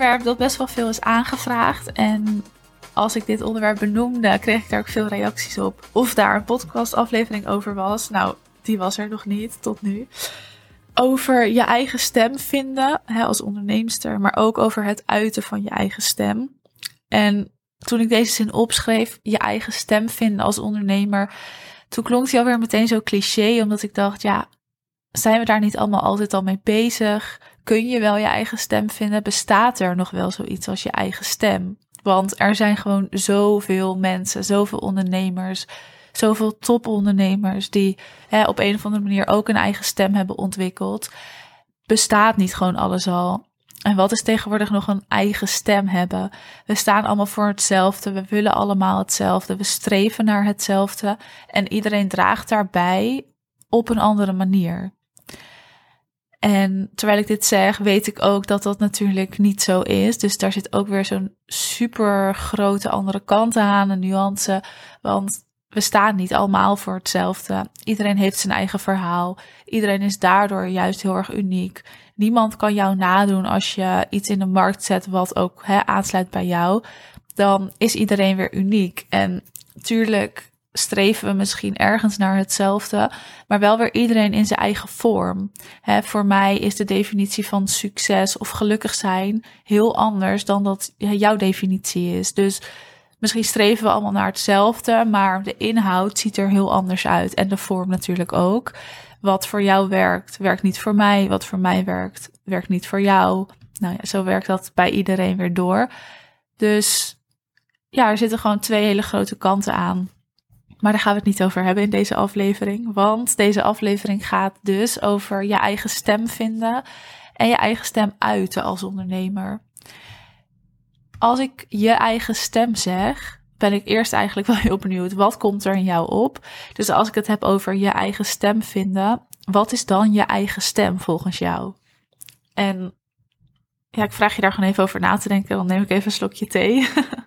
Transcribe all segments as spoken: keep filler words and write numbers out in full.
onderwerp dat best wel veel is aangevraagd. En als ik dit onderwerp benoemde, kreeg ik daar ook veel reacties op. Of daar een podcastaflevering over was. Nou, die was er nog niet tot nu. Over je eigen stem vinden, hè, als onderneemster. Maar ook over het uiten van je eigen stem. En toen ik deze zin opschreef, je eigen stem vinden als ondernemer. Toen klonk die alweer meteen zo cliché. Omdat ik dacht, ja, zijn we daar niet allemaal altijd al mee bezig? Kun je wel je eigen stem vinden? Bestaat er nog wel zoiets als je eigen stem? Want er zijn gewoon zoveel mensen, zoveel ondernemers, zoveel topondernemers die hè, op een of andere manier ook een eigen stem hebben ontwikkeld. Bestaat niet gewoon alles al? En wat is tegenwoordig nog een eigen stem hebben? We staan allemaal voor hetzelfde, we willen allemaal hetzelfde, we streven naar hetzelfde en iedereen draagt daarbij op een andere manier. En terwijl ik dit zeg, weet ik ook dat dat natuurlijk niet zo is. Dus daar zit ook weer zo'n super grote andere kant aan, een nuance. Want we staan niet allemaal voor hetzelfde. Iedereen heeft zijn eigen verhaal. Iedereen is daardoor juist heel erg uniek. Niemand kan jou nadoen als je iets in de markt zet wat ook hè, aansluit bij jou. Dan is iedereen weer uniek. En natuurlijk streven we misschien ergens naar hetzelfde, maar wel weer iedereen in zijn eigen vorm. He, voor mij is de definitie van succes of gelukkig zijn heel anders dan dat jouw definitie is. Dus misschien streven we allemaal naar hetzelfde, maar de inhoud ziet er heel anders uit. En de vorm natuurlijk ook. Wat voor jou werkt, werkt niet voor mij. Wat voor mij werkt, werkt niet voor jou. Nou ja, zo werkt dat bij iedereen weer door. Dus ja, er zitten gewoon twee hele grote kanten aan. Maar daar gaan we het niet over hebben in deze aflevering. Want deze aflevering gaat dus over je eigen stem vinden en je eigen stem uiten als ondernemer. Als ik je eigen stem zeg, ben ik eerst eigenlijk wel heel benieuwd. Wat komt er in jou op? Dus als ik het heb over je eigen stem vinden, wat is dan je eigen stem volgens jou? En ja, ik vraag je daar gewoon even over na te denken. Dan neem ik even een slokje thee.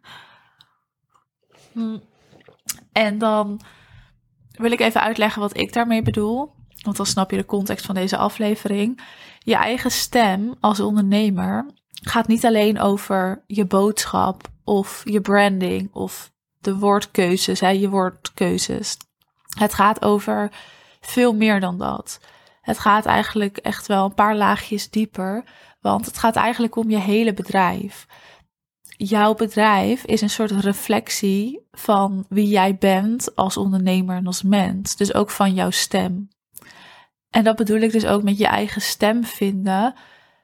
hm. En dan wil ik even uitleggen wat ik daarmee bedoel. Want dan snap je de context van deze aflevering. Je eigen stem als ondernemer gaat niet alleen over je boodschap of je branding of de woordkeuzes, hè, je woordkeuzes. Het gaat over veel meer dan dat. Het gaat eigenlijk echt wel een paar laagjes dieper, want het gaat eigenlijk om je hele bedrijf. Jouw bedrijf is een soort reflectie van wie jij bent als ondernemer en als mens. Dus ook van jouw stem. En dat bedoel ik dus ook met je eigen stem vinden.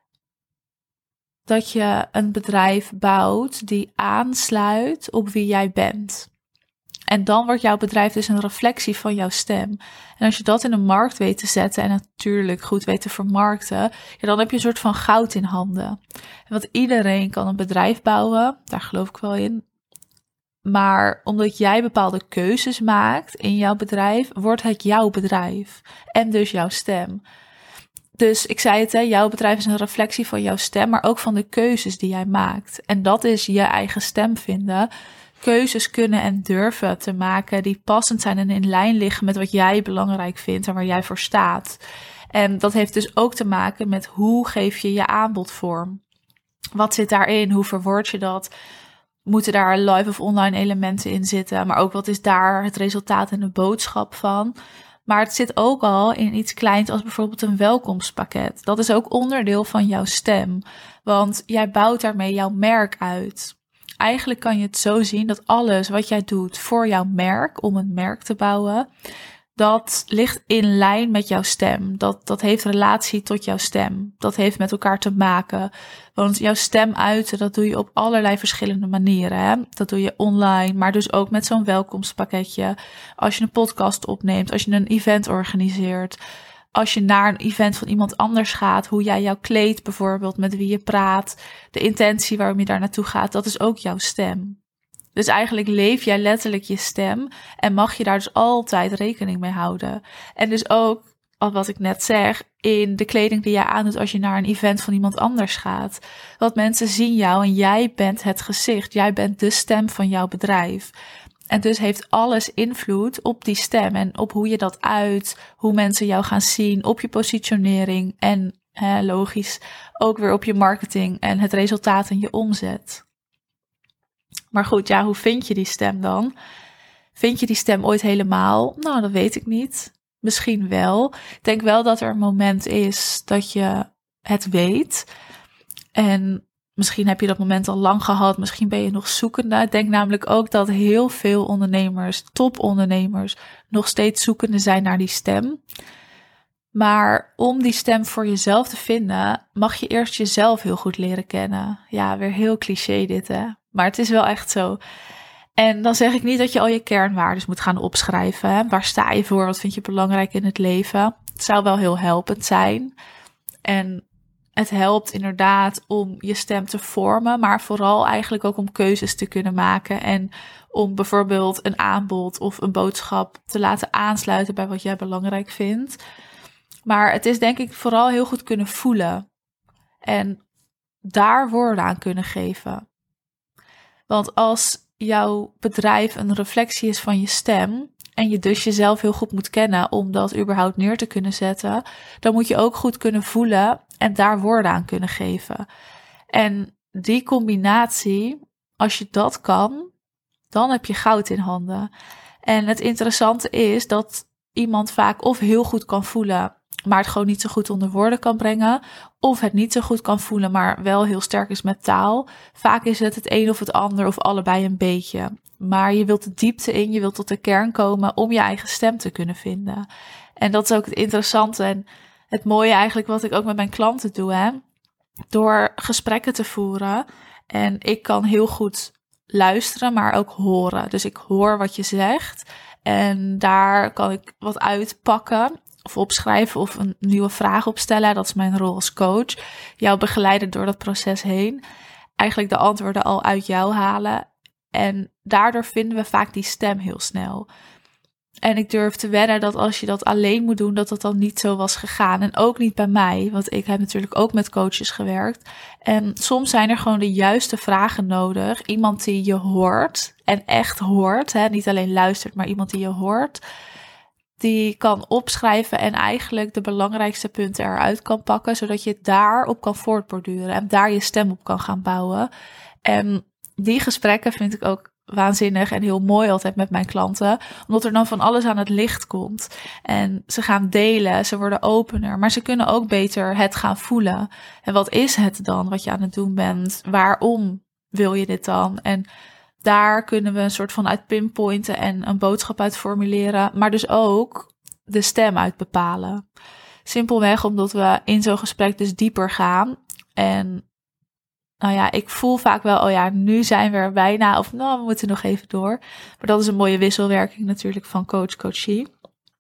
Dat je een bedrijf bouwt die aansluit op wie jij bent. En dan wordt jouw bedrijf dus een reflectie van jouw stem. En als je dat in de markt weet te zetten en natuurlijk goed weet te vermarkten, ja, dan heb je een soort van goud in handen. Want iedereen kan een bedrijf bouwen, daar geloof ik wel in. Maar omdat jij bepaalde keuzes maakt in jouw bedrijf, wordt het jouw bedrijf. En dus jouw stem. Dus ik zei het, hè, jouw bedrijf is een reflectie van jouw stem, maar ook van de keuzes die jij maakt. En dat is je eigen stem vinden. Keuzes kunnen en durven te maken die passend zijn en in lijn liggen met wat jij belangrijk vindt en waar jij voor staat. En dat heeft dus ook te maken met hoe geef je je aanbod vorm. Wat zit daarin? Hoe verwoord je dat? Moeten daar live of online elementen in zitten? Maar ook wat is daar het resultaat en de boodschap van? Maar het zit ook al in iets kleins als bijvoorbeeld een welkomstpakket. Dat is ook onderdeel van jouw stem. Want jij bouwt daarmee jouw merk uit. Eigenlijk kan je het zo zien dat alles wat jij doet voor jouw merk, om een merk te bouwen, dat ligt in lijn met jouw stem. Dat, dat heeft relatie tot jouw stem. Dat heeft met elkaar te maken. Want jouw stem uiten, dat doe je op allerlei verschillende manieren. Hè? Dat doe je online, maar dus ook met zo'n welkomstpakketje. Als je een podcast opneemt, als je een event organiseert, als je naar een event van iemand anders gaat, hoe jij jou kleedt bijvoorbeeld, met wie je praat, de intentie waarom je daar naartoe gaat, dat is ook jouw stem. Dus eigenlijk leef jij letterlijk je stem en mag je daar dus altijd rekening mee houden. En dus ook, wat ik net zeg, in de kleding die jij aandoet als je naar een event van iemand anders gaat. Want mensen zien jou en jij bent het gezicht. Jij bent de stem van jouw bedrijf. En dus heeft alles invloed op die stem en op hoe je dat uit, hoe mensen jou gaan zien, op je positionering en eh, logisch ook weer op je marketing en het resultaat in je omzet. Maar goed, ja, hoe vind je die stem dan? Vind je die stem ooit helemaal? Nou, dat weet ik niet. Misschien wel. Ik denk wel dat er een moment is dat je het weet. En misschien heb je dat moment al lang gehad. Misschien ben je nog zoekende. Ik denk namelijk ook dat heel veel ondernemers, topondernemers, nog steeds zoekende zijn naar die stem. Maar om die stem voor jezelf te vinden, mag je eerst jezelf heel goed leren kennen. Ja, weer heel cliché dit, hè. Maar het is wel echt zo. En dan zeg ik niet dat je al je kernwaarden moet gaan opschrijven. Hè? Waar sta je voor? Wat vind je belangrijk in het leven? Het zou wel heel helpend zijn. En het helpt inderdaad om je stem te vormen, maar vooral eigenlijk ook om keuzes te kunnen maken. En om bijvoorbeeld een aanbod of een boodschap te laten aansluiten bij wat jij belangrijk vindt. Maar het is denk ik vooral heel goed kunnen voelen. En daar woorden aan kunnen geven. Want als jouw bedrijf een reflectie is van je stem en je dus jezelf heel goed moet kennen om dat überhaupt neer te kunnen zetten, dan moet je ook goed kunnen voelen en daar woorden aan kunnen geven. En die combinatie, als je dat kan, dan heb je goud in handen. En het interessante is dat iemand vaak of heel goed kan voelen, maar het gewoon niet zo goed onder woorden kan brengen, of het niet zo goed kan voelen, maar wel heel sterk is met taal. Vaak is het het een of het ander of allebei een beetje. Maar je wilt de diepte in, je wilt tot de kern komen om je eigen stem te kunnen vinden. En dat is ook het interessante en het mooie eigenlijk wat ik ook met mijn klanten doe, hè. Door gesprekken te voeren. En ik kan heel goed luisteren, maar ook horen. Dus ik hoor wat je zegt en daar kan ik wat uitpakken of opschrijven of een nieuwe vraag opstellen. Dat is mijn rol als coach. Jou begeleiden door dat proces heen. Eigenlijk de antwoorden al uit jou halen. En daardoor vinden we vaak die stem heel snel. En ik durf te wedden dat als je dat alleen moet doen, dat dat dan niet zo was gegaan. En ook niet bij mij, want ik heb natuurlijk ook met coaches gewerkt. En soms zijn er gewoon de juiste vragen nodig. Iemand die je hoort en echt hoort. Hè? Niet alleen luistert, maar iemand die je hoort. Die kan opschrijven en eigenlijk de belangrijkste punten eruit kan pakken, zodat je daarop kan voortborduren en daar je stem op kan gaan bouwen. En die gesprekken vind ik ook waanzinnig en heel mooi altijd met mijn klanten, omdat er dan van alles aan het licht komt. En ze gaan delen, ze worden opener, maar ze kunnen ook beter het gaan voelen. En wat is het dan wat je aan het doen bent? Waarom wil je dit dan? En daar kunnen we een soort van uit pinpointen en een boodschap uit formuleren, maar dus ook de stem uit bepalen. Simpelweg omdat we in zo'n gesprek dus dieper gaan. En nou ja, ik voel vaak wel, oh ja, nu zijn we er bijna, of nou, we moeten nog even door. Maar dat is een mooie wisselwerking natuurlijk van coach-coachie.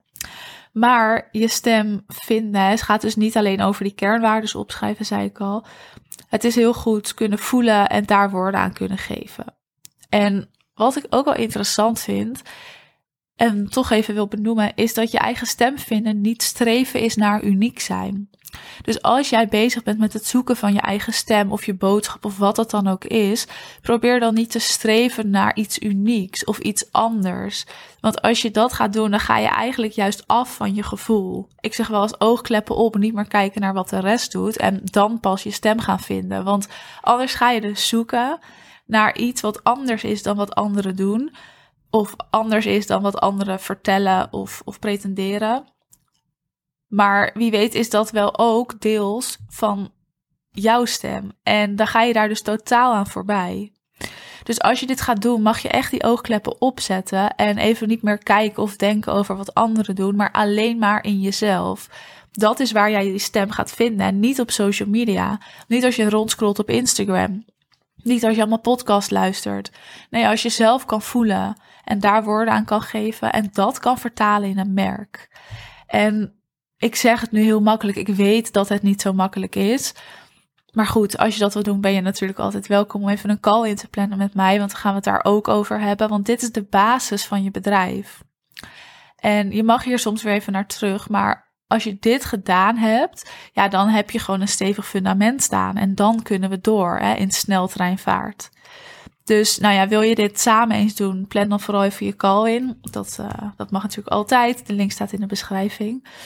Maar je stem vinden, het gaat dus niet alleen over die kernwaarden opschrijven, zei ik al. Het is heel goed kunnen voelen en daar woorden aan kunnen geven. En wat ik ook wel interessant vind, en toch even wil benoemen, is dat je eigen stem vinden niet streven is naar uniek zijn. Dus als jij bezig bent met het zoeken van je eigen stem of je boodschap of wat dat dan ook is, probeer dan niet te streven naar iets unieks of iets anders. Want als je dat gaat doen, dan ga je eigenlijk juist af van je gevoel. Ik zeg wel eens oogkleppen op, niet meer kijken naar wat de rest doet en dan pas je stem gaan vinden. Want anders ga je dus zoeken naar iets wat anders is dan wat anderen doen. Of anders is dan wat anderen vertellen of, of pretenderen. Maar wie weet is dat wel ook deels van jouw stem. En dan ga je daar dus totaal aan voorbij. Dus als je dit gaat doen, mag je echt die oogkleppen opzetten. En even niet meer kijken of denken over wat anderen doen. Maar alleen maar in jezelf. Dat is waar jij die stem gaat vinden. En niet op social media. Niet als je rondscrollt op Instagram. Niet als je allemaal podcast luistert. Nee, als je zelf kan voelen en daar woorden aan kan geven en dat kan vertalen in een merk. En ik zeg het nu heel makkelijk. Ik weet dat het niet zo makkelijk is. Maar goed, als je dat wil doen, ben je natuurlijk altijd welkom om even een call in te plannen met mij. Want dan gaan we het daar ook over hebben. Want dit is de basis van je bedrijf. En je mag hier soms weer even naar terug, maar als je dit gedaan hebt, ja, dan heb je gewoon een stevig fundament staan. En dan kunnen we door hè, in sneltreinvaart. Dus nou ja, wil je dit samen eens doen, plan dan vooral even je call in. Dat, uh, dat mag natuurlijk altijd. De link staat in de beschrijving.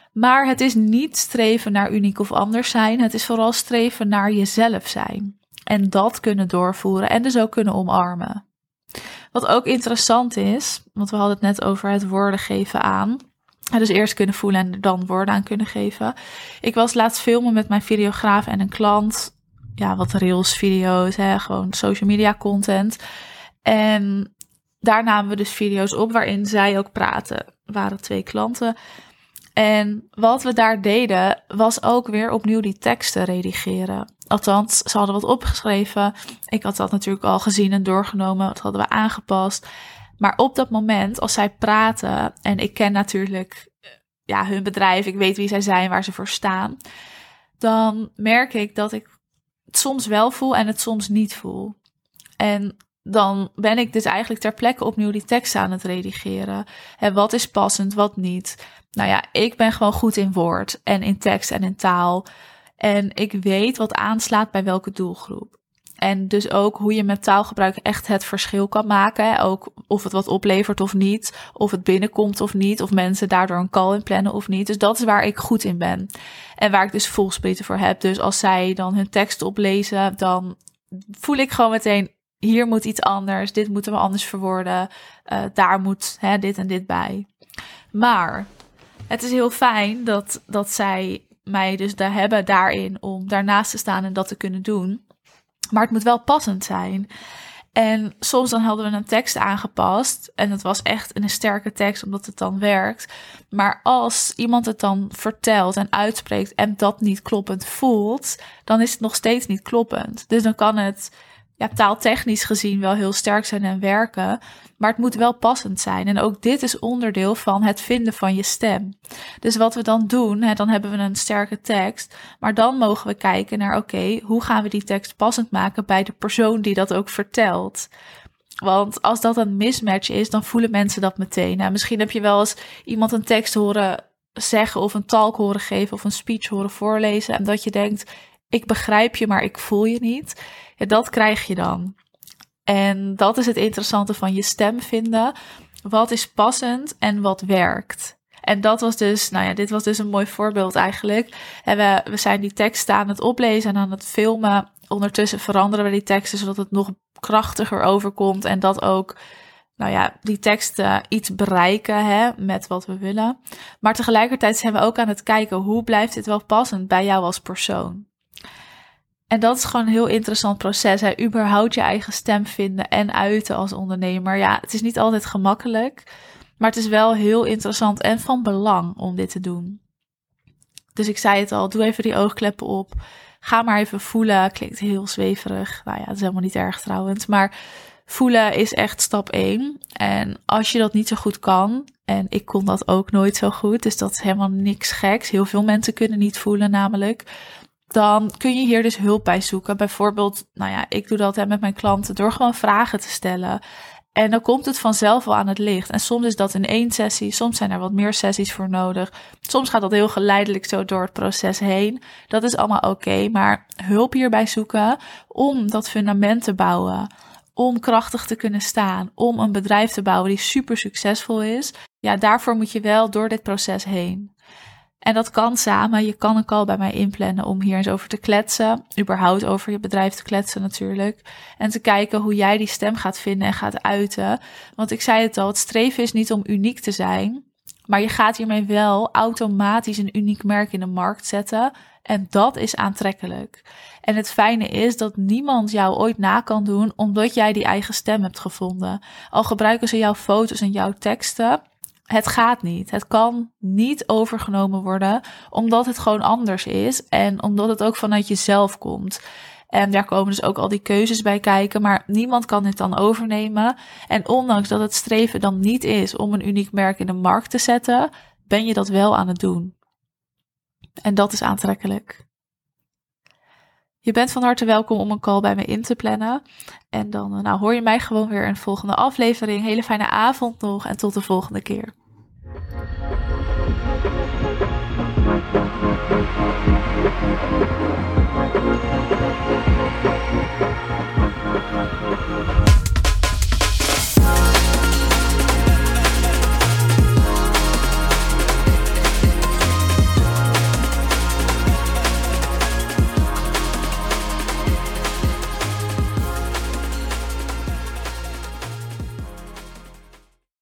Maar het is niet streven naar uniek of anders zijn. Het is vooral streven naar jezelf zijn. En dat kunnen doorvoeren en dus ook kunnen omarmen. Wat ook interessant is, want we hadden het net over het woorden geven aan. Dus eerst kunnen voelen en er dan woorden aan kunnen geven. Ik was laatst filmen met mijn videograaf en een klant. Ja, wat reels, video's, hè, gewoon social media content. En daar namen we dus video's op waarin zij ook praten. Er waren twee klanten. En wat we daar deden, was ook weer opnieuw die teksten redigeren. Althans, ze hadden wat opgeschreven. Ik had dat natuurlijk al gezien en doorgenomen. Dat hadden we aangepast. Maar op dat moment, als zij praten, en ik ken natuurlijk ja, hun bedrijf, ik weet wie zij zijn, waar ze voor staan, dan merk ik dat ik het soms wel voel en het soms niet voel. En dan ben ik dus eigenlijk ter plekke opnieuw die tekst aan het redigeren. En wat is passend, wat niet. Nou ja, ik ben gewoon goed in woord en in tekst en in taal. En ik weet wat aanslaat bij welke doelgroep. En dus ook hoe je met taalgebruik echt het verschil kan maken. Ook of het wat oplevert of niet. Of het binnenkomt of niet. Of mensen daardoor een call in plannen of niet. Dus dat is waar ik goed in ben. En waar ik dus voelsprieten voor heb. Dus als zij dan hun tekst oplezen, dan voel ik gewoon meteen, hier moet iets anders. Dit moeten we anders verwoorden. Uh, daar moet hè, dit en dit bij. Maar het is heel fijn dat, dat zij mij dus daar hebben daarin om daarnaast te staan en dat te kunnen doen. Maar het moet wel passend zijn. En soms dan hadden we een tekst aangepast. En het was echt een sterke tekst, omdat het dan werkt. Maar als iemand het dan vertelt en uitspreekt en dat niet kloppend voelt, dan is het nog steeds niet kloppend. Dus dan kan het ja, taaltechnisch gezien wel heel sterk zijn en werken. Maar het moet wel passend zijn. En ook dit is onderdeel van het vinden van je stem. Dus wat we dan doen, hè, dan hebben we een sterke tekst. Maar dan mogen we kijken naar, oké, okay, hoe gaan we die tekst passend maken bij de persoon die dat ook vertelt? Want als dat een mismatch is, dan voelen mensen dat meteen. Nou, misschien heb je wel eens iemand een tekst horen zeggen of een talk horen geven of een speech horen voorlezen. En dat je denkt, ik begrijp je, maar ik voel je niet. Ja, dat krijg je dan. En dat is het interessante van je stem vinden. Wat is passend en wat werkt? En dat was dus, nou ja, dit was dus een mooi voorbeeld eigenlijk. En we, we zijn die teksten aan het oplezen en aan het filmen. Ondertussen veranderen we die teksten zodat het nog krachtiger overkomt. En dat ook, nou ja, die teksten iets bereiken hè, met wat we willen. Maar tegelijkertijd zijn we ook aan het kijken, hoe blijft dit wel passend bij jou als persoon? En dat is gewoon een heel interessant proces. Hè? Überhaupt je eigen stem vinden en uiten als ondernemer. Ja, het is niet altijd gemakkelijk. Maar het is wel heel interessant en van belang om dit te doen. Dus ik zei het al, doe even die oogkleppen op. Ga maar even voelen. Klinkt heel zweverig. Nou ja, dat is helemaal niet erg trouwens. Maar voelen is echt stap één. En als je dat niet zo goed kan, en ik kon dat ook nooit zo goed. Dus dat is helemaal niks geks. Heel veel mensen kunnen niet voelen namelijk. Dan kun je hier dus hulp bij zoeken. Bijvoorbeeld, nou ja, ik doe dat hè, met mijn klanten door gewoon vragen te stellen. En dan komt het vanzelf wel aan het licht. En soms is dat in één sessie, soms zijn er wat meer sessies voor nodig. Soms gaat dat heel geleidelijk zo door het proces heen. Dat is allemaal oké, okay, maar hulp hierbij zoeken om dat fundament te bouwen. Om krachtig te kunnen staan, om een bedrijf te bouwen die super succesvol is. Ja, daarvoor moet je wel door dit proces heen. En dat kan samen. Je kan een call bij mij inplannen om hier eens over te kletsen. Überhaupt over je bedrijf te kletsen natuurlijk. En te kijken hoe jij die stem gaat vinden en gaat uiten. Want ik zei het al, het streven is niet om uniek te zijn. Maar je gaat hiermee wel automatisch een uniek merk in de markt zetten. En dat is aantrekkelijk. En het fijne is dat niemand jou ooit na kan doen omdat jij die eigen stem hebt gevonden. Al gebruiken ze jouw foto's en jouw teksten. Het gaat niet. Het kan niet overgenomen worden, omdat het gewoon anders is en omdat het ook vanuit jezelf komt. En daar komen dus ook al die keuzes bij kijken, maar niemand kan dit dan overnemen. En ondanks dat het streven dan niet is om een uniek merk in de markt te zetten, ben je dat wel aan het doen. En dat is aantrekkelijk. Je bent van harte welkom om een call bij me in te plannen. En dan nou, hoor je mij gewoon weer in de volgende aflevering. Hele fijne avond nog en tot de volgende keer.